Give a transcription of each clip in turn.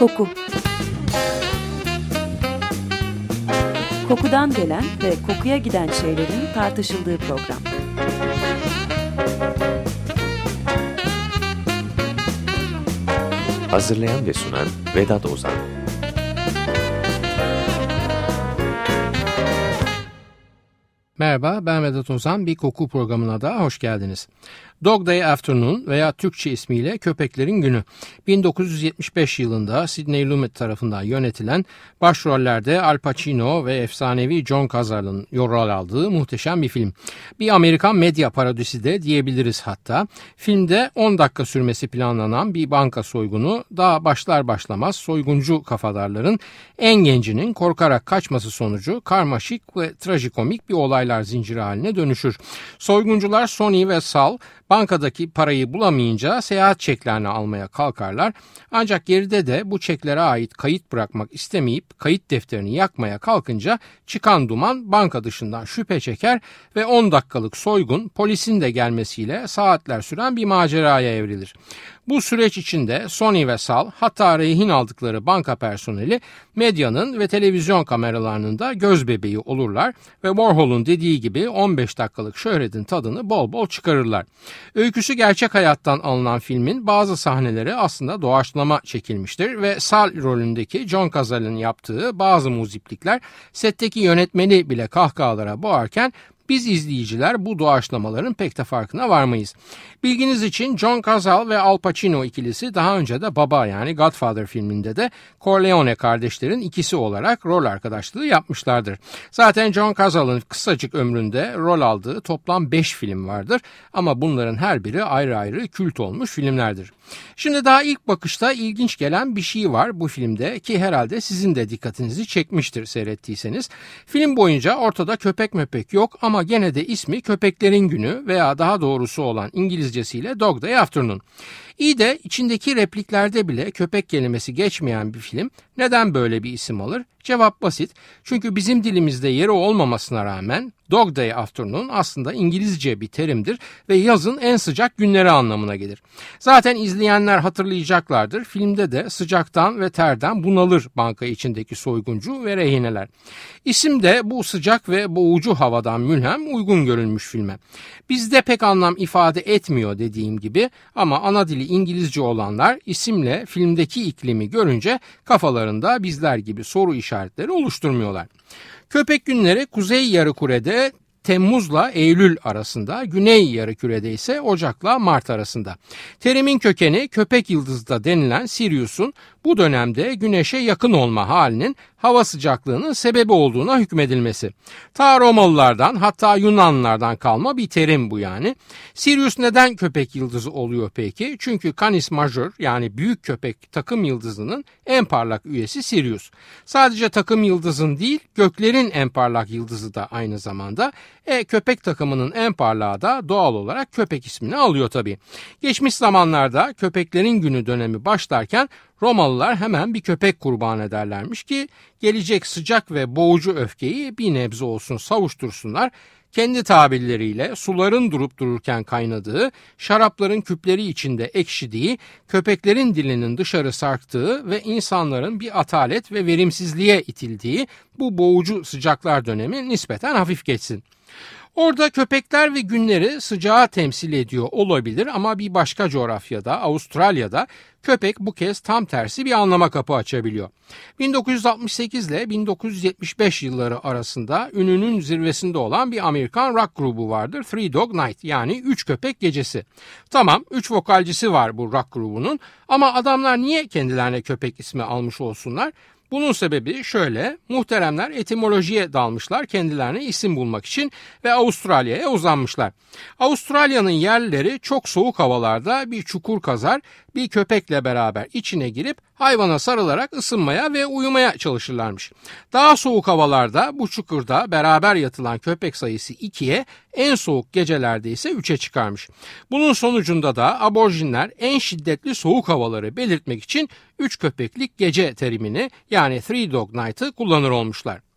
Koku. Kokudan gelen ve kokuya giden şeylerin tartışıldığı program. Hazırlayan ve sunan Vedat Ozan. Merhaba, ben Vedat Ozan. Bir koku programına da hoş geldiniz. Dog Day Afternoon veya Türkçe ismiyle Köpeklerin Günü. 1975 yılında Sidney Lumet tarafından yönetilen, başrollerde Al Pacino ve efsanevi John Cazale'ın rol aldığı muhteşem bir film. Bir Amerikan medya parodisi de diyebiliriz hatta. Filmde 10 dakika sürmesi planlanan bir banka soygunu daha başlar başlamaz soyguncu kafadarların en gencinin korkarak kaçması sonucu karmaşık ve trajikomik bir olaylar zinciri haline dönüşür. Soyguncular Sonny ve Sal bankadaki parayı bulamayınca seyahat çeklerini almaya kalkarlar. Ancak geride de bu çeklere ait kayıt bırakmak istemeyip kayıt defterini yakmaya kalkınca çıkan duman banka dışından şüphe çeker ve 10 dakikalık soygun polisin de gelmesiyle saatler süren bir maceraya evrilir. Bu süreç içinde Sonny ve Sal, hatta rehin aldıkları banka personeli medyanın ve televizyon kameralarının da göz bebeği olurlar ve Warhol'un dediği gibi 15 dakikalık şöhretin tadını bol bol çıkarırlar. Öyküsü gerçek hayattan alınan filmin bazı sahneleri aslında doğaçlama çekilmiştir ve Sal rolündeki John Cazale'ın yaptığı bazı muziplikler setteki yönetmeni bile kahkahalara boğarken biz izleyiciler bu doğaçlamaların pek de farkına varmayız. Bilginiz için John Cazale ve Al Pacino ikilisi daha önce de Baba yani Godfather filminde de Corleone kardeşlerin ikisi olarak rol arkadaşlığı yapmışlardır. Zaten John Cazale'ın kısacık ömründe rol aldığı toplam 5 film vardır ama bunların her biri ayrı ayrı kült olmuş filmlerdir. Şimdi daha ilk bakışta ilginç gelen bir şey var bu filmde ki herhalde sizin de dikkatinizi çekmiştir seyrettiyseniz. Film boyunca ortada köpek möpek yok ama gene de ismi Köpeklerin Günü veya daha doğrusu olan İngilizcesiyle Dog Day Afternoon. İyi de içindeki repliklerde bile köpek kelimesi geçmeyen bir film neden böyle bir isim alır? Cevap basit. Çünkü bizim dilimizde yeri olmamasına rağmen Dog Day Afternoon aslında İngilizce bir terimdir ve yazın en sıcak günleri anlamına gelir. Zaten izleyenler hatırlayacaklardır. Filmde de sıcaktan ve terden bunalır banka içindeki soyguncu ve rehineler. İsim de bu sıcak ve boğucu havadan mülhem uygun görülmüş filme. Bizde pek anlam ifade etmiyor dediğim gibi ama ana dili İngilizce olanlar isimle filmdeki iklimi görünce kafalarında bizler gibi soru işaretleri oluşturmuyorlar. Köpek günleri Kuzey Yarıküre'de Temmuz'la Eylül arasında, Güney Yarıküre'de ise Ocak'la Mart arasında. Terimin kökeni köpek yıldızda denilen Sirius'un bu dönemde Güneş'e yakın olma halinin hava sıcaklığının sebebi olduğuna hükmedilmesi. Ta Romalılardan hatta Yunanlılardan kalma bir terim bu yani. Sirius neden köpek yıldızı oluyor peki? Çünkü Canis Major yani büyük köpek takım yıldızının en parlak üyesi Sirius. Sadece takım yıldızın değil göklerin en parlak yıldızı da aynı zamanda. Köpek takımının en parlağı da doğal olarak köpek ismini alıyor tabii. Geçmiş zamanlarda Köpeklerin Günü dönemi başlarken Romalılar hemen bir köpek kurban ederlermiş ki gelecek sıcak ve boğucu öfkeyi bir nebze olsun savuştursunlar. Kendi tabirleriyle suların durup dururken kaynadığı, şarapların küpleri içinde ekşidiği, köpeklerin dilinin dışarı sarktığı ve insanların bir atalet ve verimsizliğe itildiği bu boğucu sıcaklar dönemi nispeten hafif geçsin. Orada köpekler ve günleri sıcağı temsil ediyor olabilir ama bir başka coğrafyada, Avustralya'da köpek bu kez tam tersi bir anlama kapı açabiliyor. 1968 ile 1975 yılları arasında ününün zirvesinde olan bir Amerikan rock grubu vardır. Three Dog Night yani 3 köpek gecesi. Tamam 3 vokalcisi var bu rock grubunun ama adamlar niye kendilerine köpek ismi almış olsunlar? Bunun sebebi şöyle, muhteremler etimolojiye dalmışlar kendilerine isim bulmak için ve Avustralya'ya uzanmışlar. Avustralya'nın yerlileri çok soğuk havalarda bir çukur kazar, bir köpekle beraber içine girip hayvana sarılarak ısınmaya ve uyumaya çalışırlarmış. Daha soğuk havalarda bu çukurda beraber yatılan köpek sayısı 2'ye, en soğuk gecelerde ise 3'e çıkarmış. Bunun sonucunda da aborjinler en şiddetli soğuk havaları belirtmek için 3 köpeklik gece terimini yani Three Dog Night'ı kullanır olmuşlar.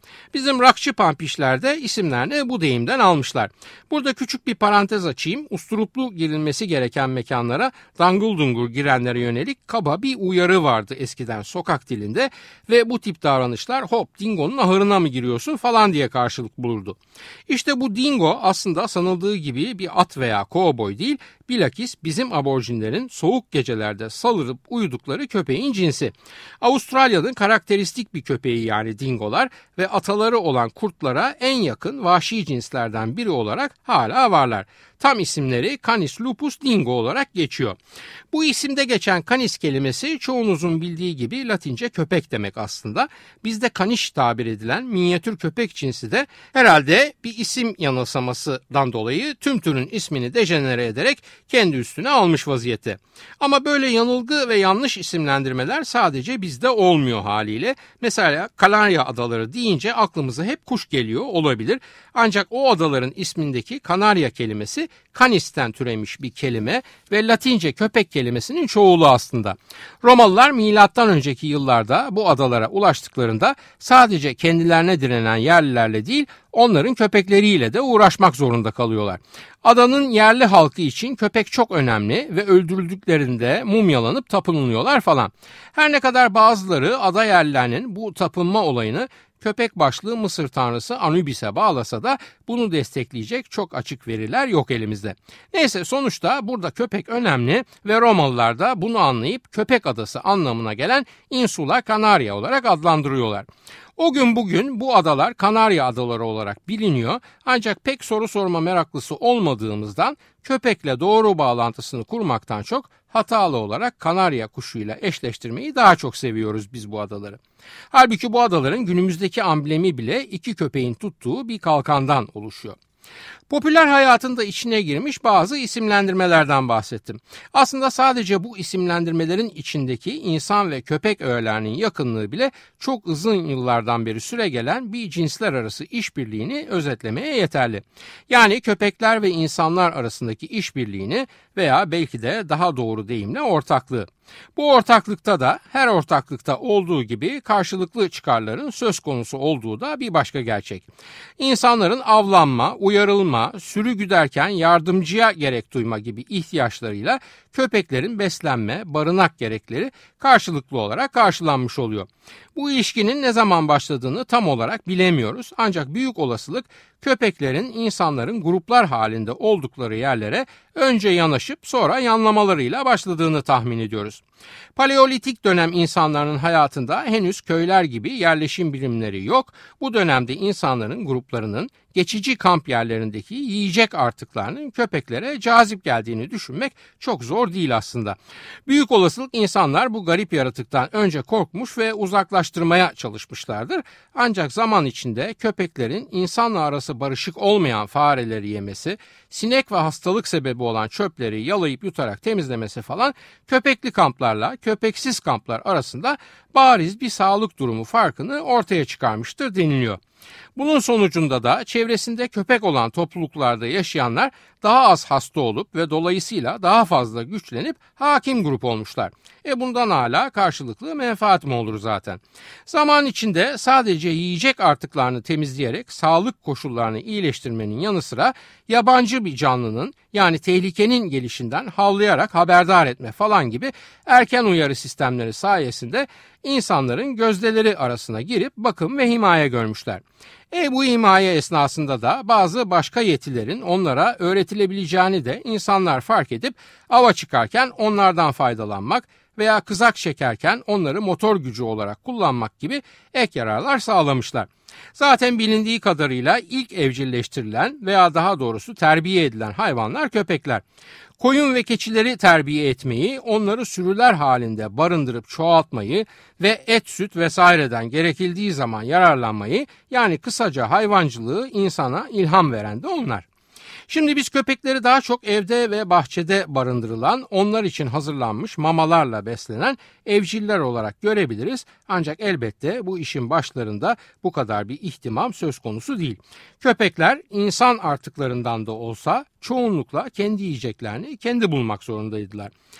Bizim rockçı pampişler de isimlerini bu deyimden almışlar. Burada küçük bir parantez açayım. Usturuplu girilmesi gereken mekanlara dangıl dungur girenlere yönelik kaba bir uyarı vardı eskiden sokak dilinde ve bu tip davranışlar hop dingonun ahırına mı giriyorsun falan diye karşılık bulurdu. İşte bu dingo aslında sanıldığı gibi bir at veya kovboy değil, bilakis bizim aborjinlerin soğuk gecelerde salırıp uyudukları köpeğin cinsi. Avustralya'nın karakteristik bir köpeği yani dingolar ve ataları olan kurtlara en yakın vahşi cinslerden biri olarak hala varlar. Tam isimleri Canis lupus dingo olarak geçiyor. Bu isimde geçen canis kelimesi çoğunuzun bildiği gibi Latince köpek demek aslında. Bizde caniche tabir edilen minyatür köpek cinsi de herhalde bir isim yanılsamasından dolayı tüm türün ismini dejenere ederek kendi üstüne almış vaziyette. Ama böyle yanılgı ve yanlış isimlendirmeler sadece bizde olmuyor haliyle. Mesela Kanarya Adaları deyince aklımıza hep kuş geliyor olabilir. Ancak o adaların ismindeki Kanarya kelimesi canis'ten türemiş bir kelime ve Latince köpek kelimesinin çoğulu aslında. Romalılar milattan önceki yıllarda bu adalara ulaştıklarında sadece kendilerine direnen yerlilerle değil onların köpekleriyle de uğraşmak zorunda kalıyorlar. Adanın yerli halkı için köpek çok önemli ve öldürüldüklerinde mumyalanıp tapınılıyorlar falan. Her ne kadar bazıları ada yerlilerinin bu tapınma olayını köpek başlı Mısır tanrısı Anubis'e bağlasa da bunu destekleyecek çok açık veriler yok elimizde. Neyse sonuçta burada köpek önemli ve Romalılar da bunu anlayıp köpek adası anlamına gelen Insula Canaria olarak adlandırıyorlar. O gün bugün bu adalar Kanarya Adaları olarak biliniyor ancak pek soru sorma meraklısı olmadığımızdan köpekle doğru bağlantısını kurmaktan çok hatalı olarak Kanarya kuşuyla eşleştirmeyi daha çok seviyoruz biz bu adaları. Halbuki bu adaların günümüzdeki amblemi bile iki köpeğin tuttuğu bir kalkandan oluşuyor. Popüler hayatın da içine girmiş bazı isimlendirmelerden bahsettim. Aslında sadece bu isimlendirmelerin içindeki insan ve köpek öğelerinin yakınlığı bile çok uzun yıllardan beri süregelen bir cinsler arası işbirliğini özetlemeye yeterli. Yani köpekler ve insanlar arasındaki işbirliğini veya belki de daha doğru deyimle ortaklığı. Bu ortaklıkta da her ortaklıkta olduğu gibi karşılıklı çıkarların söz konusu olduğu da bir başka gerçek. İnsanların avlanma, uyarılma, sürü güderken yardımcıya gerek duyma gibi ihtiyaçlarıyla köpeklerin beslenme, barınak gerekleri karşılıklı olarak karşılanmış oluyor. Bu ilişkinin ne zaman başladığını tam olarak bilemiyoruz ancak büyük olasılık köpeklerin insanların gruplar halinde oldukları yerlere önce yanaşıp sonra yanlamalarıyla başladığını tahmin ediyoruz. Paleolitik dönem insanların hayatında henüz köyler gibi yerleşim birimleri yok. Bu dönemde insanların gruplarının geçici kamp yerlerindeki yiyecek artıklarının köpeklere cazip geldiğini düşünmek çok zor değil aslında. Büyük olasılık insanlar bu garip yaratıktan önce korkmuş ve uzaklaştırmaya çalışmışlardır. Ancak zaman içinde köpeklerin insanla arası barışık olmayan fareleri yemesi, sinek ve hastalık sebebi olan çöpleri yalayıp yutarak temizlemesi falan köpekli kamplarla köpeksiz kamplar arasında bariz bir sağlık durumu farkını ortaya çıkarmıştır deniliyor. Bunun sonucunda da çevresinde köpek olan topluluklarda yaşayanlar daha az hasta olup ve dolayısıyla daha fazla güçlenip hakim grup olmuşlar. Bundan hala karşılıklı menfaat mi olur zaten? Zaman içinde sadece yiyecek artıklarını temizleyerek sağlık koşullarını iyileştirmenin yanı sıra yabancı bir canlının yani tehlikenin gelişinden havlayarak haberdar etme falan gibi erken uyarı sistemleri sayesinde insanların gözdeleri arasına girip bakım ve himaye görmüşler. Bu himaye esnasında da bazı başka yetilerin onlara öğretilebileceğini de insanlar fark edip ava çıkarken onlardan faydalanmak veya kızak çekerken onları motor gücü olarak kullanmak gibi ek yararlar sağlamışlar. Zaten bilindiği kadarıyla ilk evcilleştirilen veya daha doğrusu terbiye edilen hayvanlar köpekler. Koyun ve keçileri terbiye etmeyi, onları sürüler halinde barındırıp çoğaltmayı ve et, süt vesaireden gerekildiği zaman yararlanmayı yani kısaca hayvancılığı insana ilham veren de onlar. Şimdi biz köpekleri daha çok evde ve bahçede barındırılan, onlar için hazırlanmış mamalarla beslenen evciller olarak görebiliriz. Ancak elbette bu işin başlarında bu kadar bir ihtimam söz konusu değil. Köpekler insan artıklarından da olsa çoğunlukla kendi yiyeceklerini kendi bulmak zorundaydılar.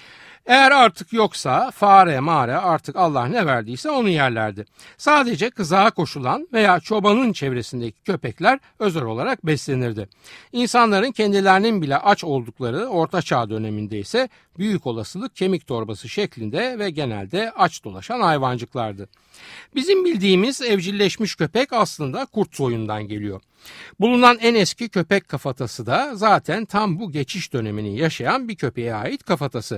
Eğer artık yoksa fare mağara artık Allah ne verdiyse onu yerlerdi. Sadece kızağa koşulan veya çobanın çevresindeki köpekler özel olarak beslenirdi. İnsanların kendilerinin bile aç oldukları Orta Çağ döneminde ise büyük olasılık kemik torbası şeklinde ve genelde aç dolaşan hayvancıklardı. Bizim bildiğimiz evcilleşmiş köpek aslında kurt soyundan geliyor. Bulunan en eski köpek kafatası da zaten tam bu geçiş dönemini yaşayan bir köpeğe ait kafatası.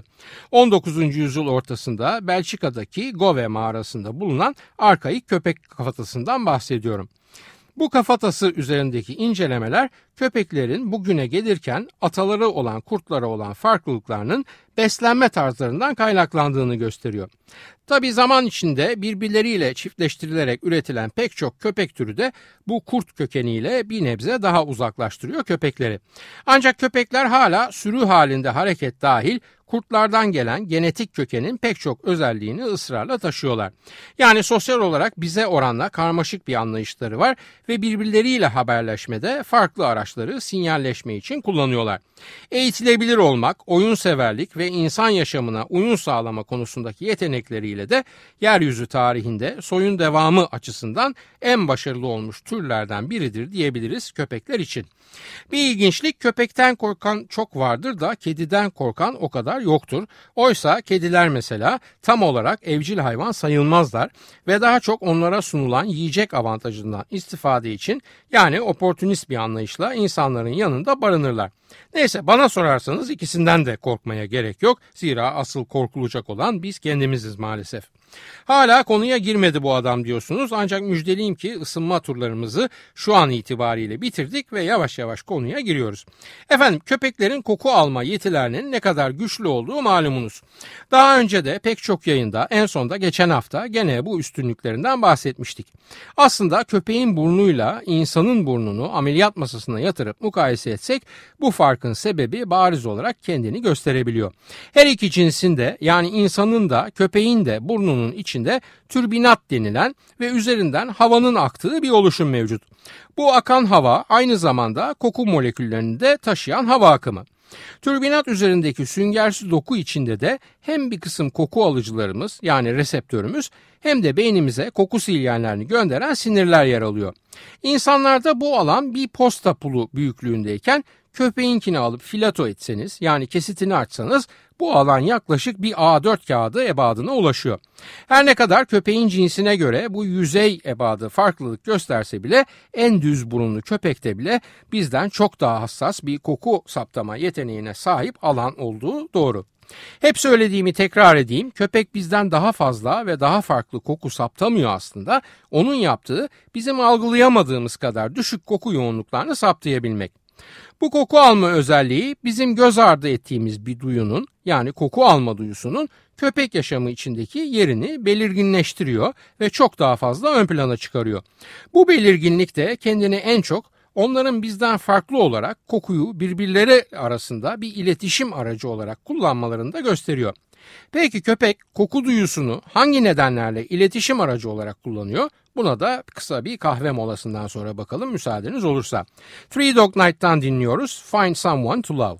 19. yüzyıl ortasında Belçika'daki Gove mağarasında bulunan arkaik köpek kafatasından bahsediyorum. Bu kafatası üzerindeki incelemeler köpeklerin bugüne gelirken ataları olan kurtlara olan farklılıklarının beslenme tarzlarından kaynaklandığını gösteriyor. Tabi zaman içinde birbirleriyle çiftleştirilerek üretilen pek çok köpek türü de bu kurt kökeniyle bir nebze daha uzaklaştırıyor köpekleri. Ancak köpekler hala sürü halinde hareket dahil kurtlardan gelen genetik kökenin pek çok özelliğini ısrarla taşıyorlar. Yani sosyal olarak bize oranla karmaşık bir anlayışları var ve birbirleriyle haberleşmede farklı araçları sinyalleşme için kullanıyorlar. Eğitilebilir olmak, oyunseverlik ve insan yaşamına uyum sağlama konusundaki yetenekleriyle de yeryüzü tarihinde soyun devamı açısından en başarılı olmuş türlerden biridir diyebiliriz köpekler için. Bir ilginçlik, köpekten korkan çok vardır da kediden korkan o kadar yoktur. Oysa kediler mesela tam olarak evcil hayvan sayılmazlar ve daha çok onlara sunulan yiyecek avantajından istifade için yani oportunist bir anlayışla insanların yanında barınırlar. Neyse, bana sorarsanız ikisinden de korkmaya gerek yok. Zira asıl korkulacak olan biz kendimiziz maalesef. Hala konuya girmedi bu adam diyorsunuz, ancak müjdeliyim ki ısınma turlarımızı şu an itibariyle bitirdik ve yavaş yavaş konuya giriyoruz. Efendim, köpeklerin koku alma yetilerinin ne kadar güçlü olduğu malumunuz. Daha önce de pek çok yayında, en son da geçen hafta gene bu üstünlüklerinden bahsetmiştik. Aslında köpeğin burnuyla insanın burnunu ameliyat masasına yatırıp mukayese etsek bu farkın sebebi bariz olarak kendini gösterebiliyor. Her iki cinsin de, yani insanın da köpeğin de burnunun içinde türbinat denilen ve üzerinden havanın aktığı bir oluşum mevcut. Bu akan hava aynı zamanda koku moleküllerini de taşıyan hava akımı. Türbinat üzerindeki süngersi doku içinde de hem bir kısım koku alıcılarımız yani reseptörümüz hem de beynimize koku sinyallerini gönderen sinirler yer alıyor. İnsanlarda bu alan bir posta pulu büyüklüğündeyken köpeğinkini alıp filato etseniz yani kesitini açsanız bu alan yaklaşık bir A4 kağıdı ebadına ulaşıyor. Her ne kadar köpeğin cinsine göre bu yüzey ebadı farklılık gösterse bile en düz burunlu köpekte bile bizden çok daha hassas bir koku saptama yeteneğine sahip alan olduğu doğru. Hep söylediğimi tekrar edeyim, köpek bizden daha fazla ve daha farklı koku saptamıyor aslında. Onun yaptığı bizim algılayamadığımız kadar düşük koku yoğunluklarını saptayabilmek. Bu koku alma özelliği bizim göz ardı ettiğimiz bir duyunun yani koku alma duyusunun köpek yaşamı içindeki yerini belirginleştiriyor ve çok daha fazla ön plana çıkarıyor. Bu belirginlik de kendini en çok onların bizden farklı olarak kokuyu birbirleri arasında bir iletişim aracı olarak kullanmalarını da gösteriyor. Peki köpek koku duyusunu hangi nedenlerle iletişim aracı olarak kullanıyor? Buna da kısa bir kahve molasından sonra bakalım müsaadeniz olursa. Three Dog Night'tan dinliyoruz. Find Someone to Love.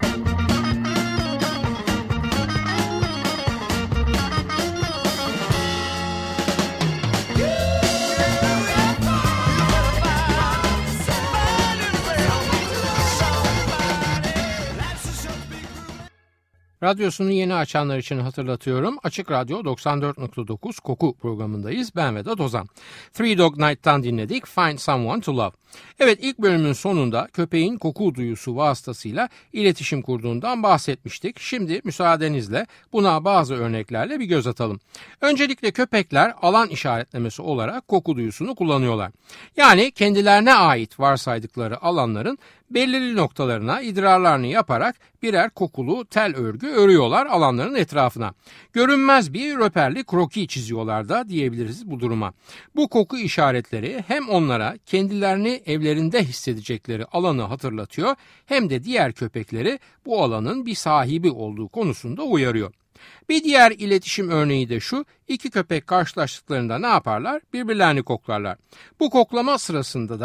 Radyosunu yeni açanlar için hatırlatıyorum. Açık Radyo 94.9 Koku programındayız. Ben Vedat Ozan. Three Dog Night'tan dinledik. Find Someone to Love. Evet, ilk bölümün sonunda köpeğin koku duyusu vasıtasıyla iletişim kurduğundan bahsetmiştik. Şimdi müsaadenizle buna bazı örneklerle bir göz atalım. Öncelikle köpekler alan işaretlemesi olarak koku duyusunu kullanıyorlar. Yani kendilerine ait varsaydıkları alanların belirli noktalarına idrarlarını yaparak birer kokulu tel örgü örüyorlar alanların etrafına. Görünmez bir röperli kroki çiziyorlar da diyebiliriz bu duruma. Bu koku işaretleri hem onlara kendilerini evlerinde hissedecekleri alanı hatırlatıyor hem de diğer köpekleri bu alanın bir sahibi olduğu konusunda uyarıyor. Bir diğer iletişim örneği de şu: iki köpek karşılaştıklarında ne yaparlar? Birbirlerini koklarlar. Bu koklama sırasında da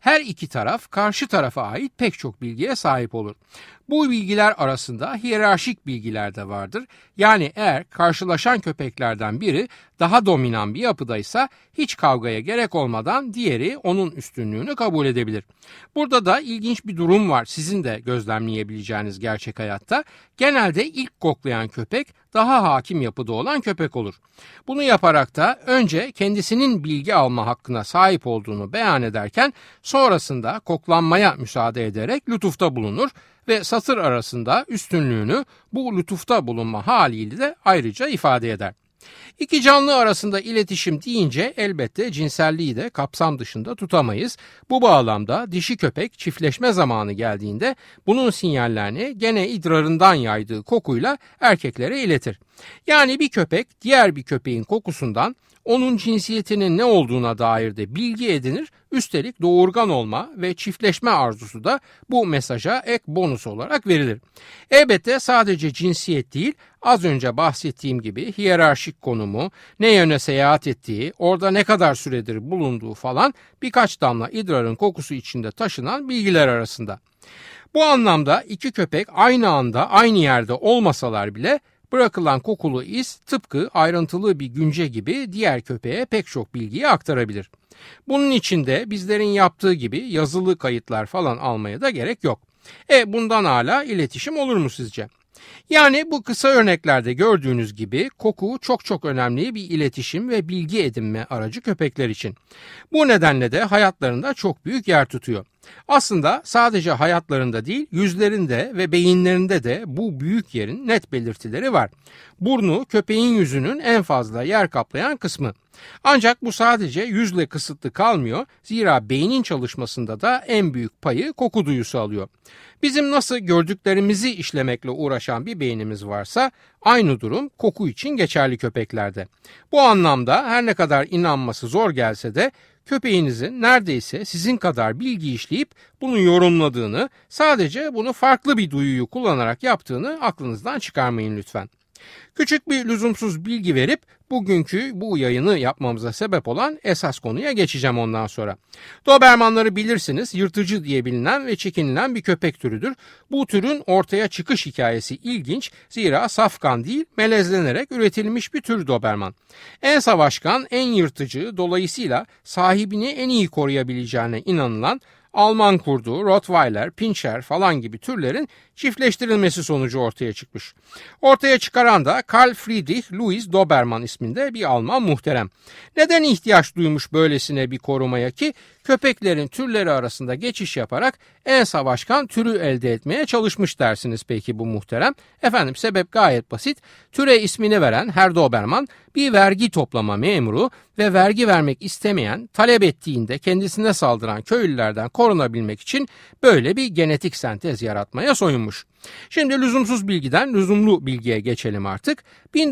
her iki taraf karşı tarafa ait pek çok bilgiye sahip olur. Bu bilgiler arasında hiyerarşik bilgiler de vardır. Yani eğer karşılaşan köpeklerden biri daha dominan bir yapıdaysa hiç kavgaya gerek olmadan diğeri onun üstünlüğünü kabul edebilir. Burada da ilginç bir durum var sizin de gözlemleyebileceğiniz gerçek hayatta. Genelde ilk koklayan köpek daha hakim yapıda olan köpek olur. Bunu yaparak da önce kendisinin bilgi alma hakkına sahip olduğunu beyan ederken sonrasında koklanmaya müsaade ederek lütufta bulunur ve satır arasında üstünlüğünü bu lütufta bulunma haliyle de ayrıca ifade eder. İki canlı arasında iletişim deyince elbette cinselliği de kapsam dışında tutamayız. Bu bağlamda dişi köpek çiftleşme zamanı geldiğinde bunun sinyallerini gene idrarından yaydığı kokuyla erkeklere iletir. Yani bir köpek diğer bir köpeğin kokusundan onun cinsiyetinin ne olduğuna dair de bilgi edinir. Üstelik doğurgan olma ve çiftleşme arzusu da bu mesaja ek bonus olarak verilir. Elbette sadece cinsiyet değil, az önce bahsettiğim gibi hiyerarşik konumu, ne yöne seyahat ettiği, orada ne kadar süredir bulunduğu falan birkaç damla idrarın kokusu içinde taşınan bilgiler arasında. Bu anlamda iki köpek aynı anda aynı yerde olmasalar bile bırakılan kokulu iz tıpkı ayrıntılı bir günce gibi diğer köpeğe pek çok bilgiyi aktarabilir. Bunun için de bizlerin yaptığı gibi yazılı kayıtlar falan almaya da gerek yok. Bundan hala iletişim olur mu sizce? Yani bu kısa örneklerde gördüğünüz gibi koku çok önemli bir iletişim ve bilgi edinme aracı köpekler için. Bu nedenle de hayatlarında çok büyük yer tutuyor. Aslında sadece hayatlarında değil, yüzlerinde ve beyinlerinde de bu büyük yerin net belirtileri var. Burnu köpeğin yüzünün en fazla yer kaplayan kısmı. Ancak bu sadece yüzle kısıtlı kalmıyor. Zira beynin çalışmasında da en büyük payı koku duyusu alıyor. Bizim nasıl gördüklerimizi işlemekle uğraşan bir beynimiz varsa aynı durum koku için geçerli köpeklerde. Bu anlamda her ne kadar inanması zor gelse de köpeğinizin neredeyse sizin kadar bilgi işleyip bunu yorumladığını, sadece bunu farklı bir duyuyu kullanarak yaptığını aklınızdan çıkarmayın lütfen. Küçük bir lüzumsuz bilgi verip bugünkü bu yayını yapmamıza sebep olan esas konuya geçeceğim ondan sonra. Dobermanları bilirsiniz, yırtıcı diye bilinen ve çekinilen bir köpek türüdür. Bu türün ortaya çıkış hikayesi ilginç, zira safkan değil melezlenerek üretilmiş bir tür Doberman. En savaşkan, en yırtıcı, dolayısıyla sahibini en iyi koruyabileceğine inanılan Alman kurdu, Rottweiler, Pinscher falan gibi türlerin çiftleştirilmesi sonucu ortaya çıkmış. Ortaya çıkaran da Karl Friedrich Louis Doberman isminde bir Alman muhterem. Neden ihtiyaç duymuş böylesine bir korumaya ki köpeklerin türleri arasında geçiş yaparak en savaşkan türü elde etmeye çalışmış dersiniz peki bu muhterem? Efendim sebep gayet basit. Türe ismini veren Herr Doberman bir vergi toplama memuru ve vergi vermek istemeyen, talep ettiğinde kendisine saldıran köylülerden korunabilmek için böyle bir genetik sentez yaratmaya soyunmuş. Şimdi lüzumsuz bilgiden lüzumlu bilgiye geçelim artık.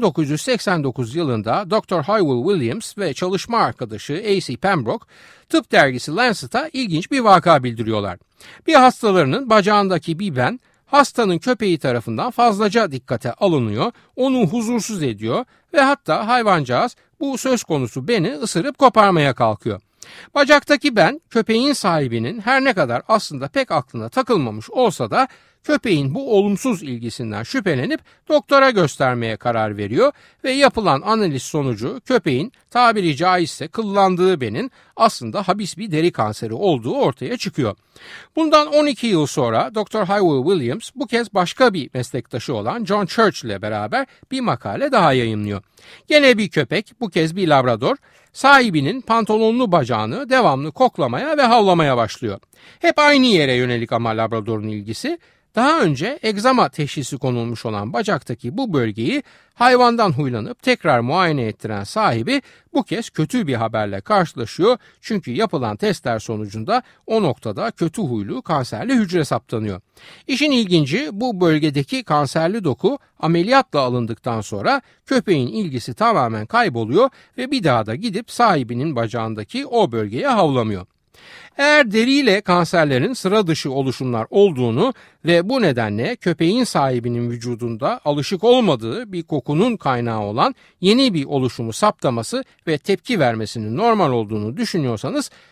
1989 yılında Dr. Hywel Williams ve çalışma arkadaşı A.C. Pembroke tıp dergisi Lancet'a ilginç bir vaka bildiriyorlar. Bir hastalarının bacağındaki bir ben hastanın köpeği tarafından fazlaca dikkate alınıyor, onu huzursuz ediyor ve hatta hayvancağız bu söz konusu beni ısırıp koparmaya kalkıyor. Bacaktaki ben köpeğin sahibinin her ne kadar aslında pek aklına takılmamış olsa da köpeğin bu olumsuz ilgisinden şüphelenip doktora göstermeye karar veriyor ve yapılan analiz sonucu köpeğin tabiri caizse kıllandığı benin aslında habis bir deri kanseri olduğu ortaya çıkıyor. Bundan 12 yıl sonra Dr. Hywel Williams bu kez başka bir meslektaşı olan John Church ile beraber bir makale daha yayımlıyor. Gene bir köpek, bu kez bir Labrador, sahibinin pantolonlu bacağını devamlı koklamaya ve havlamaya başlıyor. Hep aynı yere yönelik ama Labrador'un ilgisi. Daha önce egzama teşhisi konulmuş olan bacaktaki bu bölgeyi hayvandan huylanıp tekrar muayene ettiren sahibi bu kez kötü bir haberle karşılaşıyor. Çünkü yapılan testler sonucunda o noktada kötü huylu kanserli hücre saptanıyor. İşin ilginci bu bölgedeki kanserli doku ameliyatla alındıktan sonra köpeğin ilgisi tamamen kayboluyor ve bir daha da gidip sahibinin bacağındaki o bölgeye havlamıyor. Eğer deriyle kanserlerin sıra dışı oluşumlar olduğunu ve bu nedenle köpeğin sahibinin vücudunda alışık olmadığı bir kokunun kaynağı olan yeni bir oluşumu saptaması ve tepki vermesinin normal olduğunu düşünüyorsanız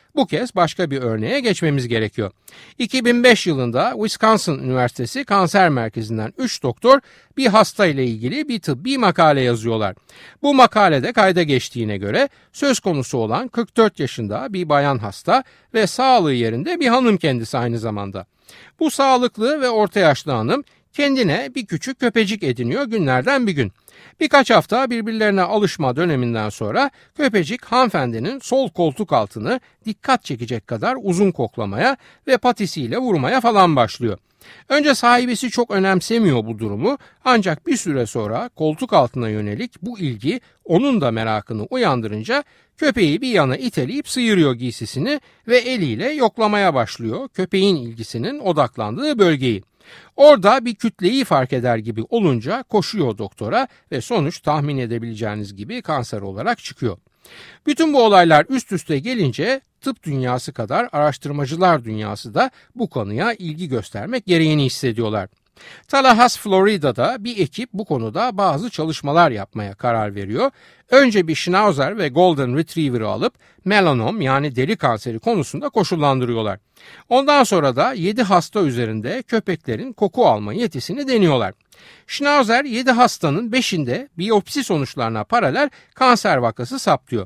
Bu kez başka bir örneğe geçmemiz gerekiyor. 2005 yılında Wisconsin Üniversitesi Kanser Merkezi'nden 3 doktor bir hasta ile ilgili bir tıbbi makale yazıyorlar. Bu makalede kayda geçtiğine göre söz konusu olan 44 yaşında bir bayan hasta ve sağlığı yerinde bir hanım kendisi aynı zamanda. Bu sağlıklı ve orta yaşlı hanım kendine bir küçük köpecik ediniyor günlerden bir gün. Birkaç hafta birbirlerine alışma döneminden sonra köpecik hanımefendinin sol koltuk altını dikkat çekecek kadar uzun koklamaya ve patisiyle vurmaya falan başlıyor. Önce sahibesi çok önemsemiyor bu durumu, ancak bir süre sonra koltuk altına yönelik bu ilgi onun da merakını uyandırınca köpeği bir yana iteleyip sıyırıyor giysisini ve eliyle yoklamaya başlıyor köpeğin ilgisinin odaklandığı bölgeyi. Orada bir kütleyi fark eder gibi olunca koşuyor doktora ve sonuç tahmin edebileceğiniz gibi kanser olarak çıkıyor. Bütün bu olaylar üst üste gelince tıp dünyası kadar araştırmacılar dünyası da bu konuya ilgi göstermek gereğini hissediyorlar. Tallahassee, Florida'da bir ekip bu konuda bazı çalışmalar yapmaya karar veriyor. Önce bir Schnauzer ve Golden Retriever'ı alıp melanom yani deri kanseri konusunda koşullandırıyorlar. Ondan sonra da 7 hasta üzerinde köpeklerin koku alma yetisini deniyorlar. Schnauzer 7 hastanın 5'inde biyopsi sonuçlarına paralel kanser vakası saptıyor.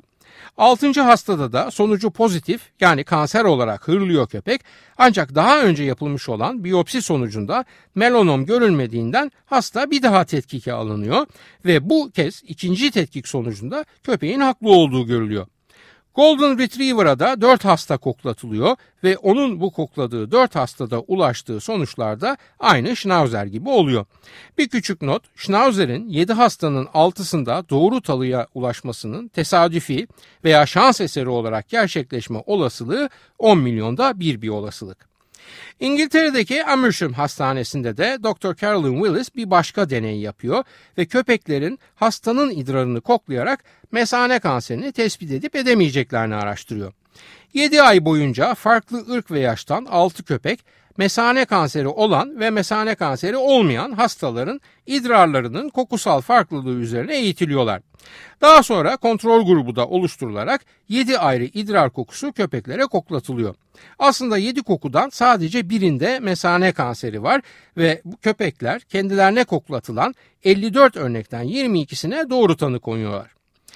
6. hastada da sonucu pozitif yani kanser olarak hırlıyor köpek, ancak daha önce yapılmış olan biyopsi sonucunda melanom görülmediğinden hasta bir daha tetkike alınıyor ve bu kez ikinci tetkik sonucunda köpeğin haklı olduğu görülüyor. Golden Retriever'a da 4 hasta koklatılıyor ve onun bu kokladığı 4 hastada ulaştığı sonuçlarda aynı Schnauzer gibi oluyor. Bir küçük not, Schnauzer'in 7 hastanın 6'sında doğru tanıya ulaşmasının tesadüfi veya şans eseri olarak gerçekleşme olasılığı 10 milyonda bir olasılık. İngiltere'deki Amersham Hastanesi'nde de Dr. Carolyn Willis bir başka deney yapıyor ve köpeklerin hastanın idrarını koklayarak mesane kanserini tespit edip edemeyeceklerini araştırıyor. 7 ay boyunca farklı ırk ve yaştan 6 köpek mesane kanseri olan ve mesane kanseri olmayan hastaların idrarlarının kokusal farklılığı üzerine eğitiliyorlar. Daha sonra kontrol grubu da oluşturularak 7 ayrı idrar kokusu köpeklere koklatılıyor. Aslında 7 kokudan sadece birinde mesane kanseri var ve bu köpekler kendilerine koklatılan 54 örnekten 22'sine doğru tanı koyuyorlar.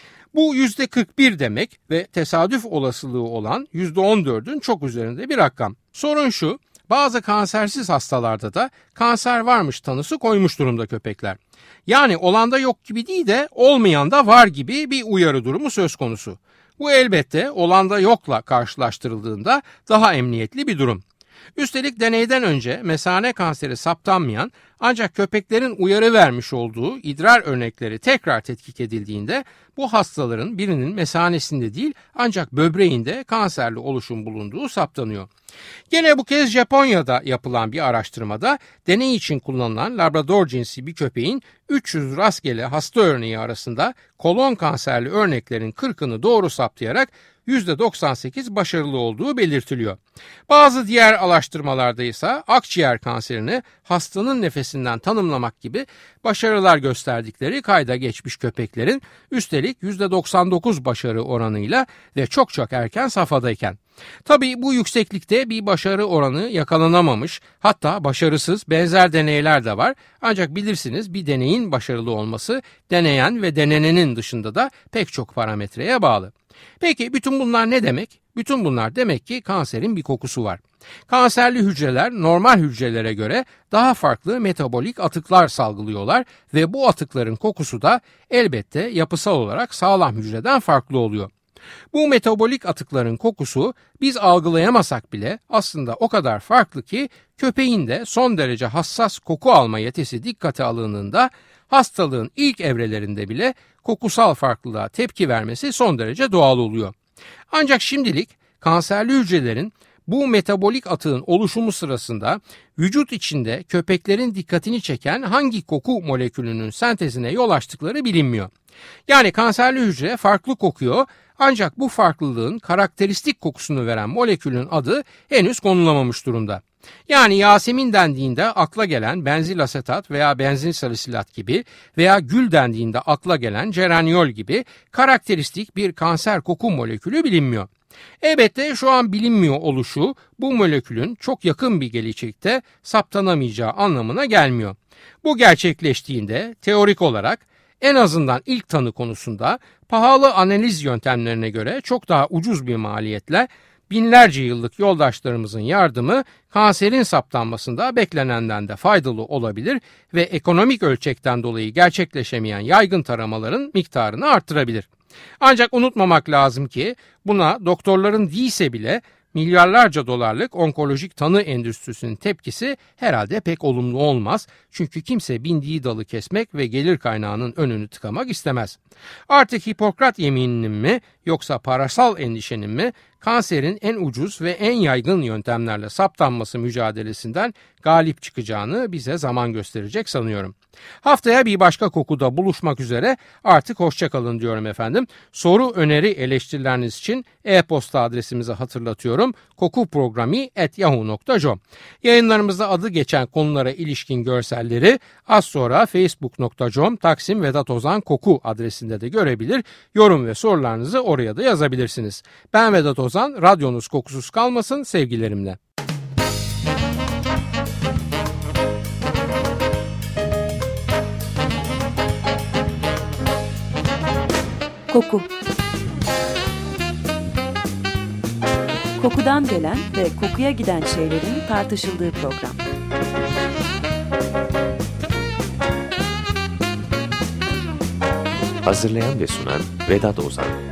Bu %41 demek ve tesadüf olasılığı olan %14'ün çok üzerinde bir rakam. Sorun şu, bazı kansersiz hastalarda da kanser varmış tanısı koymuş durumda köpekler. Yani olanda yok gibi değil de olmayan da var gibi bir uyarı durumu söz konusu. Bu elbette olanda yokla karşılaştırıldığında daha emniyetli bir durum. Üstelik deneyden önce mesane kanseri saptanmayan ancak köpeklerin uyarı vermiş olduğu idrar örnekleri tekrar tetkik edildiğinde bu hastaların birinin mesanesinde değil ancak böbreğinde kanserli oluşum bulunduğu saptanıyor. Gene bu kez Japonya'da yapılan bir araştırmada deney için kullanılan Labrador cinsi bir köpeğin 300 rastgele hasta örneği arasında kolon kanserli örneklerin 40'ını doğru saptayarak %98 başarılı olduğu belirtiliyor. Bazı diğer araştırmalarda ise akciğer kanserini hastanın nefesinden tanımlamak gibi başarılar gösterdikleri kayda geçmiş köpeklerin üstelik %99 başarı oranıyla ve çok erken safhadayken. Tabii bu yükseklikte bir başarı oranı yakalanamamış, hatta başarısız benzer deneyler de var. Ancak bilirsiniz bir deneyin başarılı olması deneyen ve denenenin dışında da pek çok parametreye bağlı. Peki bütün bunlar ne demek? Bütün bunlar demek ki kanserin bir kokusu var. Kanserli hücreler normal hücrelere göre daha farklı metabolik atıklar salgılıyorlar ve bu atıkların kokusu da elbette yapısal olarak sağlam hücreden farklı oluyor. Bu metabolik atıkların kokusu biz algılayamasak bile aslında o kadar farklı ki köpeğin de son derece hassas koku alma yetisi dikkate alındığında hastalığın ilk evrelerinde bile kokusal farklılığa tepki vermesi son derece doğal oluyor. Ancak şimdilik kanserli hücrelerin bu metabolik atığın oluşumu sırasında vücut içinde köpeklerin dikkatini çeken hangi koku molekülünün sentezine yol açtıkları bilinmiyor. Yani kanserli hücre farklı kokuyor ancak bu farklılığın karakteristik kokusunu veren molekülün adı henüz konulamamış durumda. Yani Yasemin dendiğinde akla gelen benzil asetat veya benzil salisilat gibi veya gül dendiğinde akla gelen geraniol gibi karakteristik bir kanser koku molekülü bilinmiyor. Elbette şu an bilinmiyor oluşu bu molekülün çok yakın bir gelecekte saptanamayacağı anlamına gelmiyor. Bu gerçekleştiğinde teorik olarak en azından ilk tanı konusunda pahalı analiz yöntemlerine göre çok daha ucuz bir maliyetle binlerce yıllık yoldaşlarımızın yardımı kanserin saptanmasında beklenenden de faydalı olabilir ve ekonomik ölçekten dolayı gerçekleşemeyen yaygın taramaların miktarını artırabilir. Ancak unutmamak lazım ki buna doktorların değilse bile milyarlarca dolarlık onkolojik tanı endüstrisinin tepkisi herhalde pek olumlu olmaz. Çünkü kimse bindiği dalı kesmek ve gelir kaynağının önünü tıkamak istemez. Artık Hipokrat yemininin mi yoksa parasal endişenin mi kanserin en ucuz ve en yaygın yöntemlerle saptanması mücadelesinden galip çıkacağını bize zaman gösterecek sanıyorum. Haftaya bir başka kokuda buluşmak üzere, artık hoşça kalın diyorum efendim. Soru, öneri, eleştirileriniz için e-posta adresimizi hatırlatıyorum. kokuprogrami@yahoo.com. Yayınlarımızda adı geçen konulara ilişkin görselleri az sonra facebook.com/Vedat Ozan Koku adresinde de görebilir. Yorum ve sorularınızı oraya da yazabilirsiniz. Ben Vedat Ozan, radyonuz kokusuz kalmasın sevgilerimle. Koku. Kokudan gelen ve kokuya giden şeylerin tartışıldığı program. Hazırlayan ve sunan Vedat Ozan.